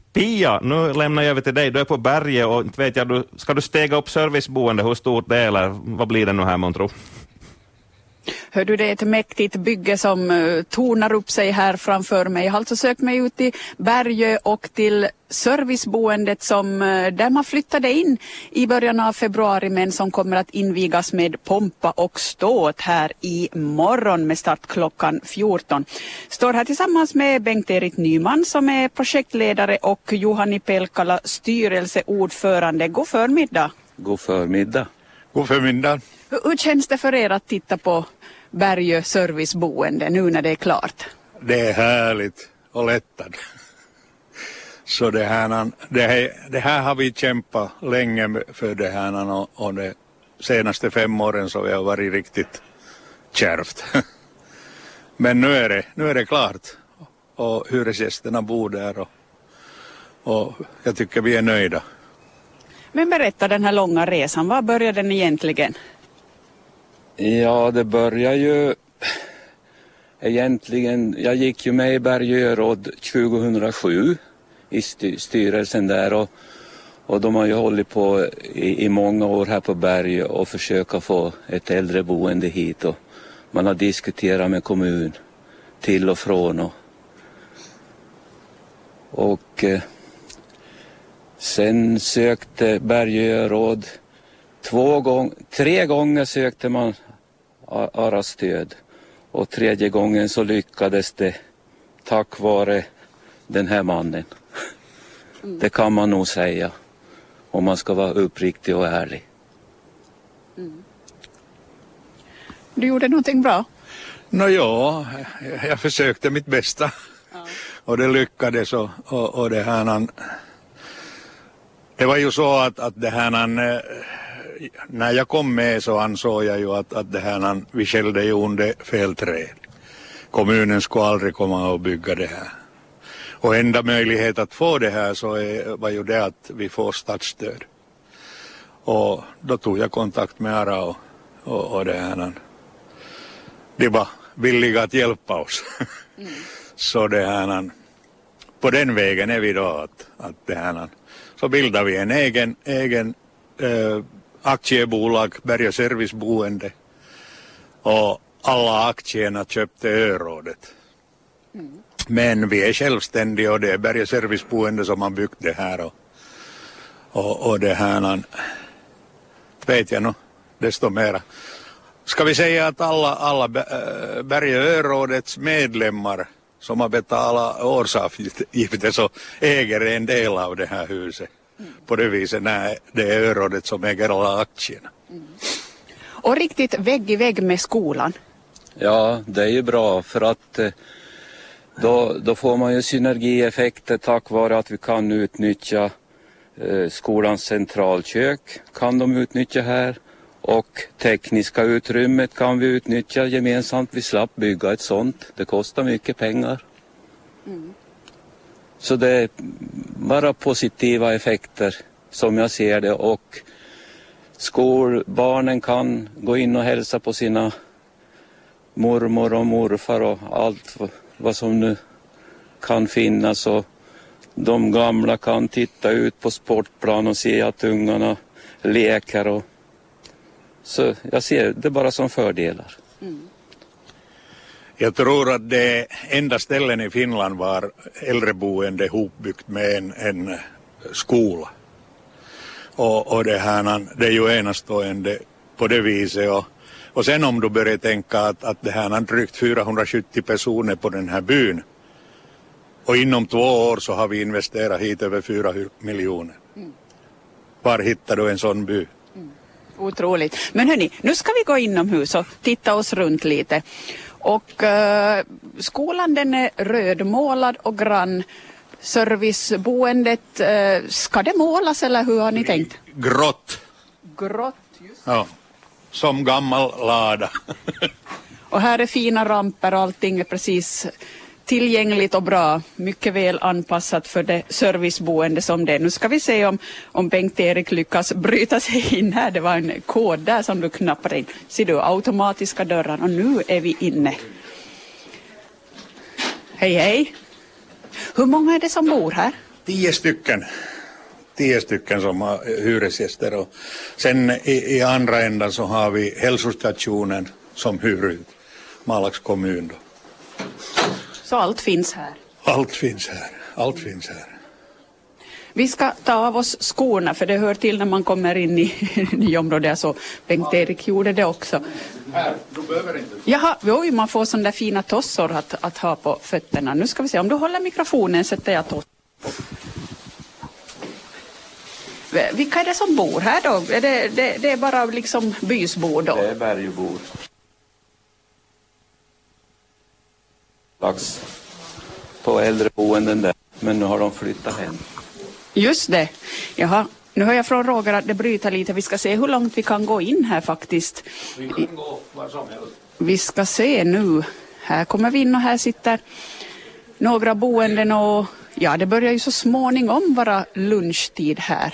Pia, nu lämnar jag över till dig. Du är på berget och inte vet jag, ska du stega upp serviceboende? Hur stort det är eller vad blir det nu här man tror? Hör du, det är ett mäktigt bygge som tornar upp sig här framför mig. Jag har alltså sökt mig ut i Bergö och till serviceboendet som där man flyttade in i början av februari men som kommer att invigas med pompa och ståt här i morgon med start klockan 14. Står här tillsammans med Bengt-Erik Nyman som är projektledare och Juhani Pelkala styrelseordförande. God förmiddag. God förmiddag. God förmiddag. Hur känns det för er att titta på Bergö serviceboende nu när det är klart? Det är härligt och lättad. Så det här har vi kämpat länge för det här och de senaste 5 åren så vi har varit riktigt kärvt. Men nu är det klart och hyresgästerna bor där och jag tycker vi är nöjda. Men berätta den här långa resan, var började den egentligen? Ja, det börjar ju egentligen, jag gick ju med i Bergö råd 2007 i styrelsen där och de har ju hållit på i många år här på Bergö och försöka få ett äldreboende hit och man har diskuterat med kommun till och från och sen sökte Bergö råd 3 gånger sökte man ARA-stöd och 3:e gången så lyckades det tack vare den här mannen. Det kan man nog säga om man ska vara uppriktig och ärlig. Du gjorde någonting bra? Ja, jag försökte mitt bästa och det lyckades och det här. Det var ju så att det här när jag kom med så ansåg jag ju att det här vi skällde ju under fel träd. Kommunen skulle aldrig komma och bygga det här. Och enda möjlighet att få det här så var ju det att vi får statsstöd. Och då tog jag kontakt med ARA och det här. De var villiga att hjälpa oss. Så det här, på den vägen är vi då att det här. Så bildar vi en egen aktiebolag, Bergö serviceboende. Och alla aktierna köpte Örådet. Men vi är självständiga och det är Bergö serviceboende som har byggt det här. Och det här, vet jag nog, desto mera. Ska vi säga att alla Bergö Örådets medlemmar som har betalat årsavgifter så äger en del av det här huset. På det viset när det är Örådet som äger alla aktierna. Och riktigt vägg i vägg med skolan. Ja, det är ju bra för att då får man ju synergieffekter tack vare att vi kan utnyttja skolans centralkök kan de utnyttja här och tekniska utrymmet kan vi utnyttja gemensamt. Vi slapp bygga ett sånt. Det kostar mycket pengar. Så det är bara positiva effekter som jag ser det och skolbarnen kan gå in och hälsa på sina mormor och morfar och allt vad som nu kan finnas och de gamla kan titta ut på sportplan och se att ungarna leker och så jag ser det bara som fördelar. Jag tror att det enda ställen i Finland var äldreboende hopbyggt med en skola. Och det här, det är ju enastående på det viset. Och sen om du börjar tänka att det här är drygt 470 personer på den här byn. Och inom 2 år så har vi investerat hit över 4 miljoner. Var hittar du en sån by? Otroligt. Men hörni, nu ska vi gå inomhus och titta oss runt lite. Och skolan den är rödmålad och grann. Serviceboendet, ska det målas eller hur har ni tänkt? Grått. Grått, just. Ja, som gammal lada. Och här är fina ramper och allting är precis tillgängligt och bra. Mycket väl anpassat för det serviceboende som det är. Nu ska vi se om Bengt-Erik lyckas bryta sig in här. Det var en kod där som du knappade in. Ser du, automatiska dörrar och nu är vi inne. Hej hej. Hur många är det som bor här? 10 stycken som har hyresgäster och sen i andra änden så har vi hälsostationen som hyr ut, Malax kommun då. Så allt finns här? Allt finns här. Vi ska ta av oss skorna för det hör till när man kommer in i nyområdet, så Bengt-Erik gjorde det också. Här, du behöver inte. Jaha, oj, man får sådana där fina tossor att ha på fötterna. Nu ska vi se, om du håller mikrofonen sätter jag tossor på. Vilka är det som bor här då? Det är bara liksom bysbor då? Det är bergbor. Slags på äldreboenden där, men nu har de flyttat hem. Just det. Jaha, nu hör jag från Roger att det bryter lite. Vi ska se hur långt vi kan gå in här faktiskt. Vi kan gå var som helst. Vi ska se nu. Här kommer vi in och här sitter några boenden och ja, det börjar ju så småningom vara lunchtid här.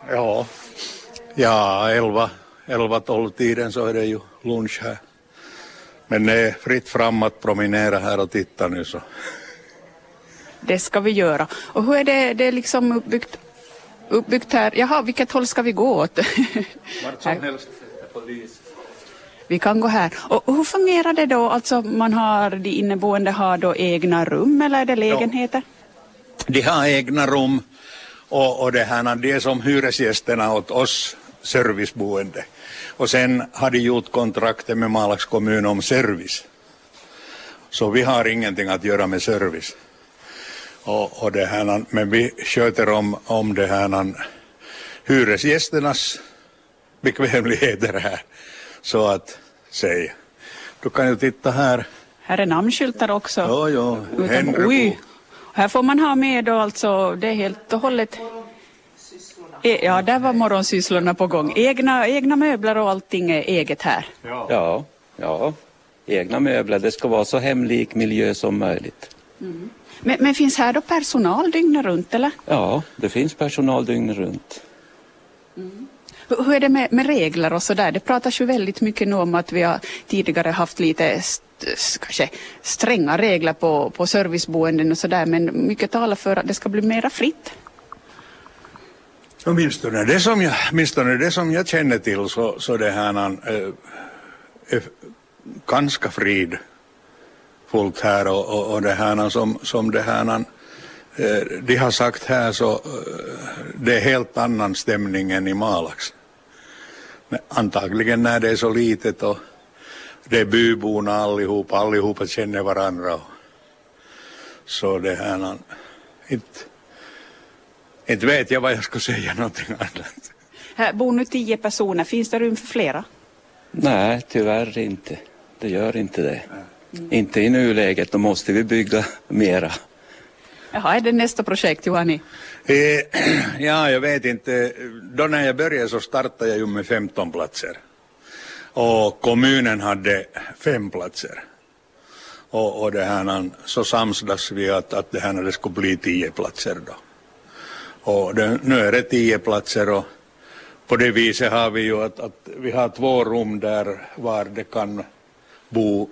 Ja, 11-12 tiden så är det ju lunch här. Men det är fritt fram att promenera här och titta nu så. Det ska vi göra. Och hur är det är liksom uppbyggt här? Jaha, vilket håll ska vi gå åt? Vart som helst. Vi kan gå här. Och hur fungerar det då? Alltså de inneboende har då egna rum eller är det lägenheter? Ja. De har egna rum och det är som hyresgästerna åt oss serviceboende. Och sen har de gjort kontraktet med Malax kommun om service. Så vi har ingenting att göra med service. Och det här, men vi sköter om det här hyresgästernas bekvämligheter här. Så att säga. Du kan ju titta här. Här är namnskyltar också. Ja. Oj, här får man ha med då alltså, det är helt och hållet. Ja, där var morgonsysslorna på gång. Egna möbler och allting är eget här. Ja. Egna möbler. Det ska vara så hemlik miljö som möjligt. Mm. Men finns här då personal dygnet runt eller? Ja, det finns personal dygnet runt. Mm. Hur är det med regler och sådär? Det pratas ju väldigt mycket nu om att vi har tidigare haft lite kanske stränga regler på serviceboenden och sådär. Men mycket talar för att det ska bli mera fritt. Åtminstone det som jag känner till så det här är ganska frid. Fullt här och det här som det här de har sagt här så det är helt annan stämning än i Malax. Men antagligen när det är så litet och det är byborna allihopa känner varandra. Så det här inte vet jag vad jag ska säga någonting annat. Här bor nu 10 personer, finns det rum för flera? Nej, tyvärr inte. Det gör inte det. Inte i nuläget, då måste vi bygga mera. Jaha, är det nästa projekt, Johani? Ja, jag vet inte. Då när jag började så startade jag ju med 15 platser. Och kommunen hade 5 platser. Och det här, så samsades vi att det här det skulle bli 10 platser då. Och nu är det 10 platser och på det viset har vi ju att vi har 2 rum där var det kan bo.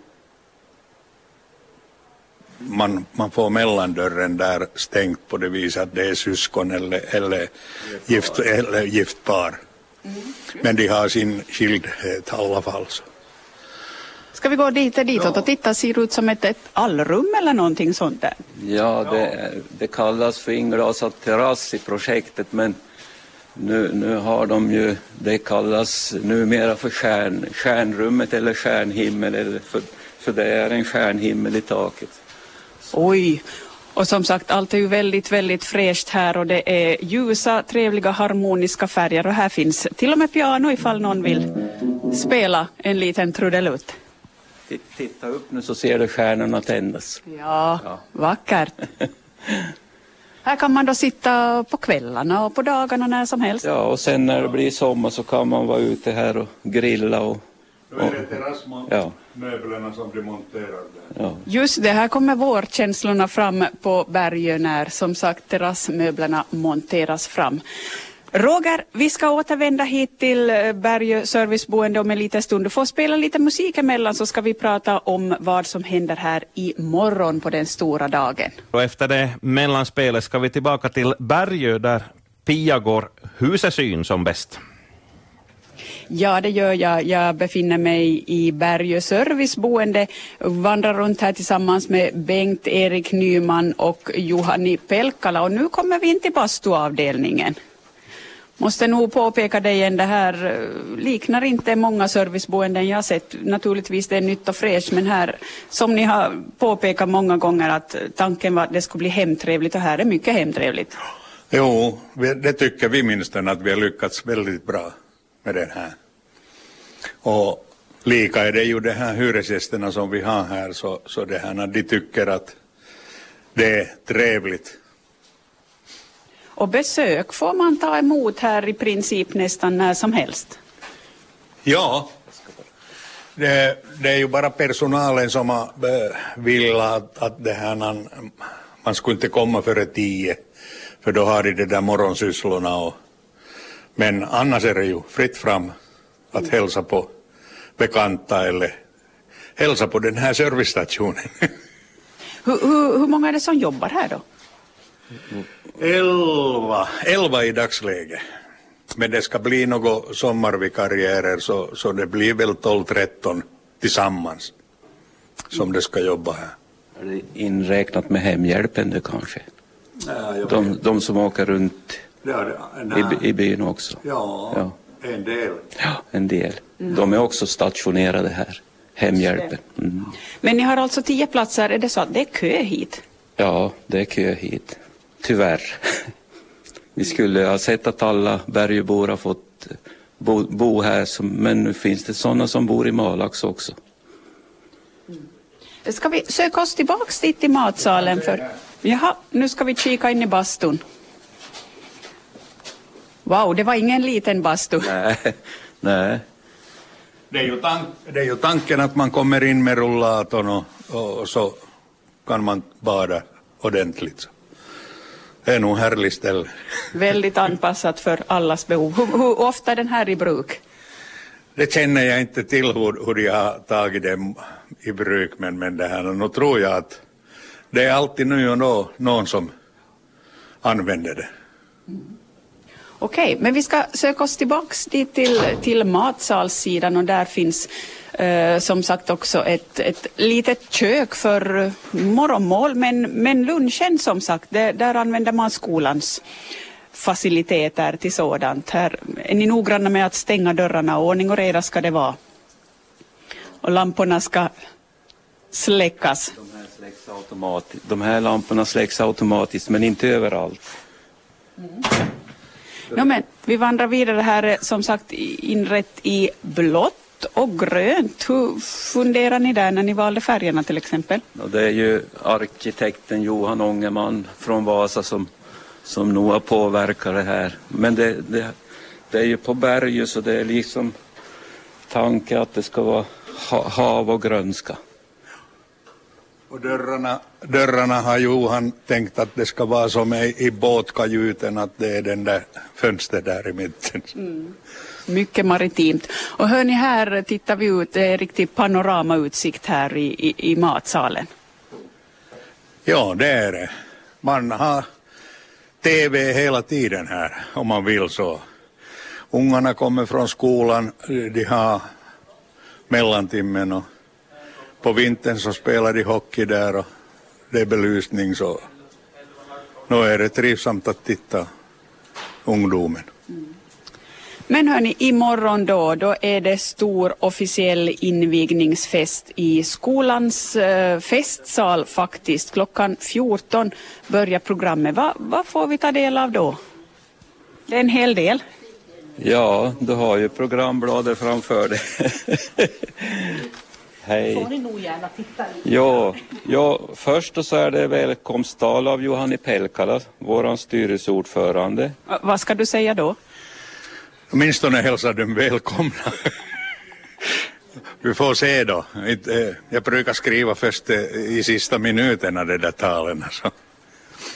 Man får mellandörren där stängt på det viset att det är syskon eller giftpar. Men de har sin skildhet i alla fall. Så. Ska vi gå ditåt och titta, ser det ut som ett allrum eller någonting sånt där? Ja, det kallas för inglasad terrass i projektet, men nu har de ju, det kallas numera för stjärnrummet eller stjärnhimmel, eller för det är en stjärnhimmel i taket. Oj, och som sagt allt är ju väldigt, väldigt fräscht här och det är ljusa, trevliga, harmoniska färger och här finns till och med piano ifall någon vill spela en liten trudelutt. Titta upp nu så ser du stjärnorna tändas. Ja. Vackert. Här kan man då sitta på kvällarna och på dagarna när som helst. Ja, och sen när det blir sommar så kan man vara ute här och grilla och Då är det terrassmöblerna som blir monterade. Ja. Just det, här kommer vårkänslorna fram på Bergö när som sagt terrassmöblerna monteras fram. Roger, vi ska återvända hit till Bergö serviceboende om en liten stund. Du får spela lite musik emellan så ska vi prata om vad som händer här imorgon på den stora dagen. Och efter det mellanspelet ska vi tillbaka till Bergö där Pia går husesyn som bäst. Ja, det gör jag. Jag befinner mig i Bergö serviceboende, vandrar runt här tillsammans med Bengt-Erik Nyman och Juhani Pelkkala. Och nu kommer vi in till bastuavdelningen. Måste nog påpeka det igen, det här liknar inte många serviceboenden jag har sett. Naturligtvis det är nytt och fräscht, men här, som ni har påpekat många gånger, att tanken var att det skulle bli hemtrevligt och här är mycket hemtrevligt. Jo, det tycker vi minst att vi har lyckats väldigt bra med den här. Och lika är det ju de här hyresgästerna som vi har här, så det här när de tycker att det är trevligt. Och besök får man ta emot här i princip nästan när som helst. Ja, det är ju bara personalen som vill att det här man skulle inte komma före 10, för då har de det där morgonsysslorna. Men annars är det ju fritt fram att hälsa på bekanta eller hälsa på den här servicestationen. Hur många är det som jobbar här då? 11 i dagsläget. Men det ska bli några sommarvikarierer så det blir väl 12-13 tillsammans som det ska jobba här. Är det inräknat med hemhjälpen det kanske? Ja, de som åker runt i byn också? Ja, en del. Ja, en del. De är också stationerade här, hemhjälpen. Mm. Men ni har alltså 10 platser, är det så att det är kö hit? Ja, det är kö hit. Tyvärr. Vi skulle ha sett att alla Bergöbor har fått bo här, men nu finns det sådana som bor i Malax också. Ska vi söka oss tillbaks dit till matsalen? Jaha, nu ska vi kika in i bastun. Wow, det var ingen liten bastu. Nej. Det är ju tanken att man kommer in med rullatorn och så kan man bada ordentligt. Det är nog härligt ställe. Väldigt anpassat för allas behov. Hur ofta är den här i bruk? Det känner jag inte till hur jag har tagit den i bruk, men det här, nu tror jag att det är alltid nu och då någon som använder det. Okej, men vi ska söka oss tillbaks dit till matsalssidan och där finns som sagt också ett litet kök för morgonmål, men lunchen som sagt, där använder man skolans faciliteter till sådant. Här är ni noggranna med att stänga dörrarna, ordning och reda ska det vara. Och lamporna ska släckas. De här lamporna släcks automatiskt, men inte överallt. No, men vi vandrar vidare. Här är som sagt inrätt i blått och grönt. Hur funderar ni där när ni valde färgerna till exempel? Och det är ju arkitekten Johan Ångerman från Vasa som nog har påverkat det här. Men det är ju på Bergö, så det är liksom tanke att det ska vara hav och grönska. Och dörrarna har Johan tänkt att det ska vara som i båtkajuten, att det är den där fönstret där i mitten. Mycket maritimt. Och hör ni, här tittar vi ut, det är riktigt panoramautsikt här i matsalen. Ja, det är det. Man har TV hela tiden här om man vill så. Ungarna kommer från skolan, de har mellantimmen och på vintern så spelar de hockey där och det är belysning, så nu är det trivsamt att titta ungdomen. Men hörni, imorgon då är det stor officiell invigningsfest i skolans festsal faktiskt. Klockan 14 börjar programmet. Vad får vi ta del av då? Det är en hel del. Ja, du har ju programbladet framför dig. Hej. Får ni nog gärna titta lite. Ja, först så är det välkomsttal av Juhani Pelkkala, våran styrelseordförande. Vad ska du säga då? Åtminstone hälsar dem välkomna. Vi får se då. Jag brukar skriva först i sista minuterna det där talen. Så.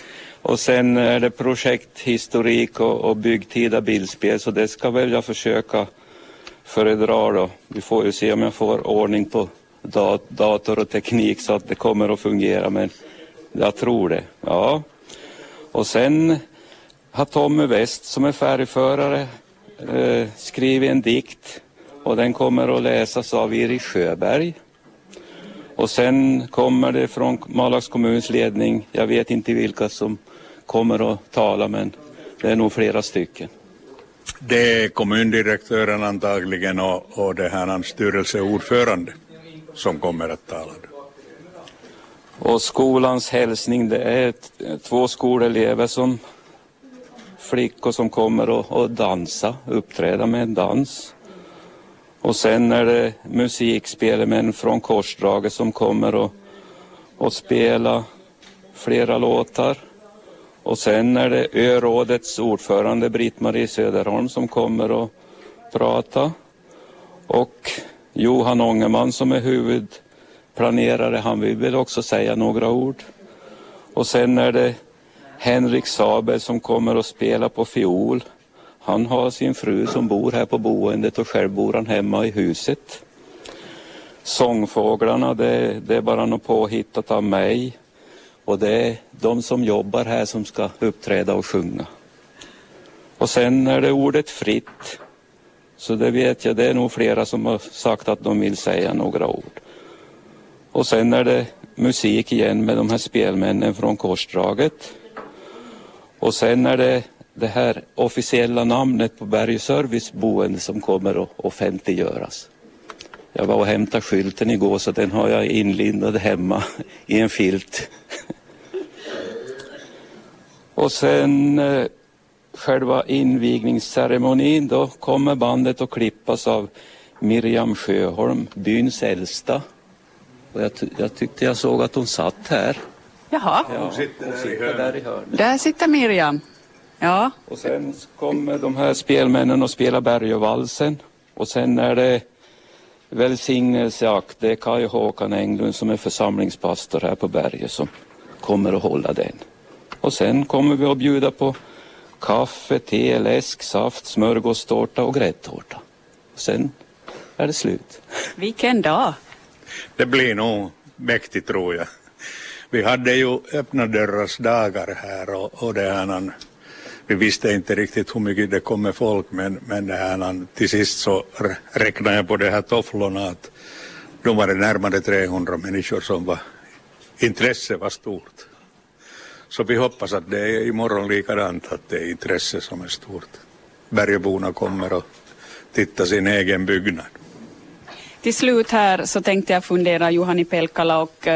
Och sen är det projekthistorik och byggtida bildspel, så det ska väl jag försöka föredra då. Vi får ju se om jag får ordning på dator och teknik så att det kommer att fungera, men jag tror det. Ja. Och sen har Tommy West som är färgförare skrivit en dikt och den kommer att läsas av Iris Sjöberg. Och sen kommer det från Malax kommuns ledning, jag vet inte vilka som kommer att tala, men det är nog flera stycken. Det är kommundirektören antagligen och det här styrelseordförande som kommer att tala. Och skolans hälsning, det är 2 skolelever som flickor som kommer att dansa, uppträda med en dans. Och sen är det musikspelmän från Korsdraget som kommer att spela flera låtar. Och sen är det Örådets ordförande Britt-Marie Söderholm som kommer att prata. Och Johan Ångerman som är huvudplanerare, han vill väl också säga några ord. Och sen är det Henrik Sabel som kommer att spela på fiol. Han har sin fru som bor här på boendet och själv bor han hemma i huset. Sångfåglarna, det är bara något påhittat av mig. Och det är de som jobbar här som ska uppträda och sjunga. Och sen är det ordet fritt. Så det vet jag, det är nog flera som har sagt att de vill säga några ord. Och sen är det musik igen med de här spelmännen från Korsdraget. Och sen är det här officiella namnet på Bergö serviceboende som kommer att offentliggöras. Jag var och hämtade skylten igår så den har jag inlindad hemma i en filt. Och sen själva invigningsceremonin, då kommer bandet att klippas av Miriam Sjöholm, byns äldsta. Och jag tyckte jag såg att hon satt här. Jaha. Ja, hon sitter där i hörnet. Där sitter Miriam. Ja. Och sen kommer de här spelmännen och spelar Bergövalsen. Och sen är det välsignelseakt. Det är Kai Håkan Englund som är församlingspastor här på Bergö som kommer att hålla den. Och sen kommer vi att bjuda på kaffe, te, läsk, saft, smörgåstårta och gräddtårta. Och sen är det slut. Vilken dag? Det blir nog mäktigt, tror jag. Vi hade ju öppna dörrars dagar här och det här, vi visste inte riktigt hur mycket det kommer folk, men det här, till sist så räknade jag på det här tofflorna att de var det närmare 300 människor som var, intresse var stort. Så vi hoppas att det är imorgon likadant, att det är intresse som är stort. Bergöborna kommer och titta sin egen byggnad. Till slut här så tänkte jag fundera, Juhani Pelkkala och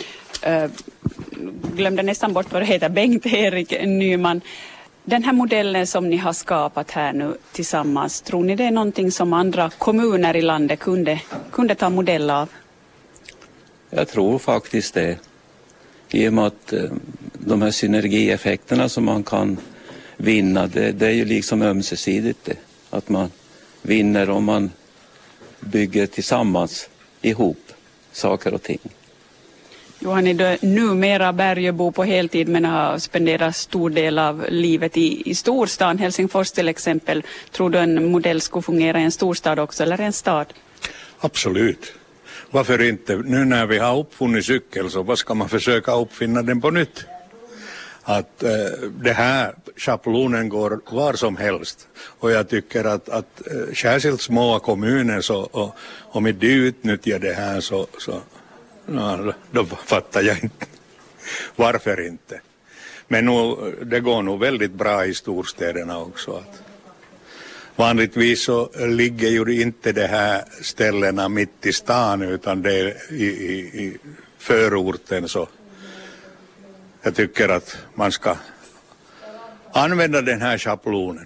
glömde nästan bort vad det heter, Bengt-Erik Nyman. Den här modellen som ni har skapat här nu tillsammans, tror ni det är någonting som andra kommuner i landet kunde ta modell av? Jag tror faktiskt det. I och med att de här synergieffekterna som man kan vinna, det är ju liksom ömsesidigt det. Att man vinner om man bygger tillsammans ihop saker och ting. Juhani, du är numera Bergöbo på heltid men har spenderat stor del av livet i storstan, Helsingfors till exempel. Tror du en modell skulle fungera i en storstad också eller en stad? Absolut. Varför inte? Nu när vi har uppfunnit cykel så vad ska man försöka uppfinna den på nytt? Att det här schablonen går var som helst. Och jag tycker att särskilt små kommuner så om de utnyttjar det här så då fattar jag inte. Varför inte? Men nu, det går nog väldigt bra i storstäderna också. Att vanligtvis så ligger ju inte de här ställena mitt i stan utan det är i förorten, så jag tycker att man ska använda den här schablonen.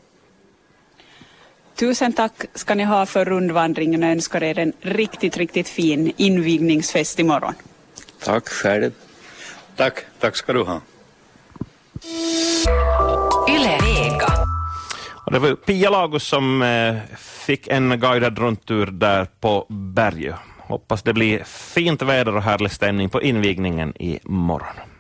Tusen tack ska ni ha för rundvandringen och önskar er en riktigt fin invigningsfest imorgon. Tack själv. Tack ska du ha. Yle Vega. Och det var Pia Lagus som fick en guidad rundtur där på Bergö. Hoppas det blir fint väder och härlig stämning på invigningen i morgon.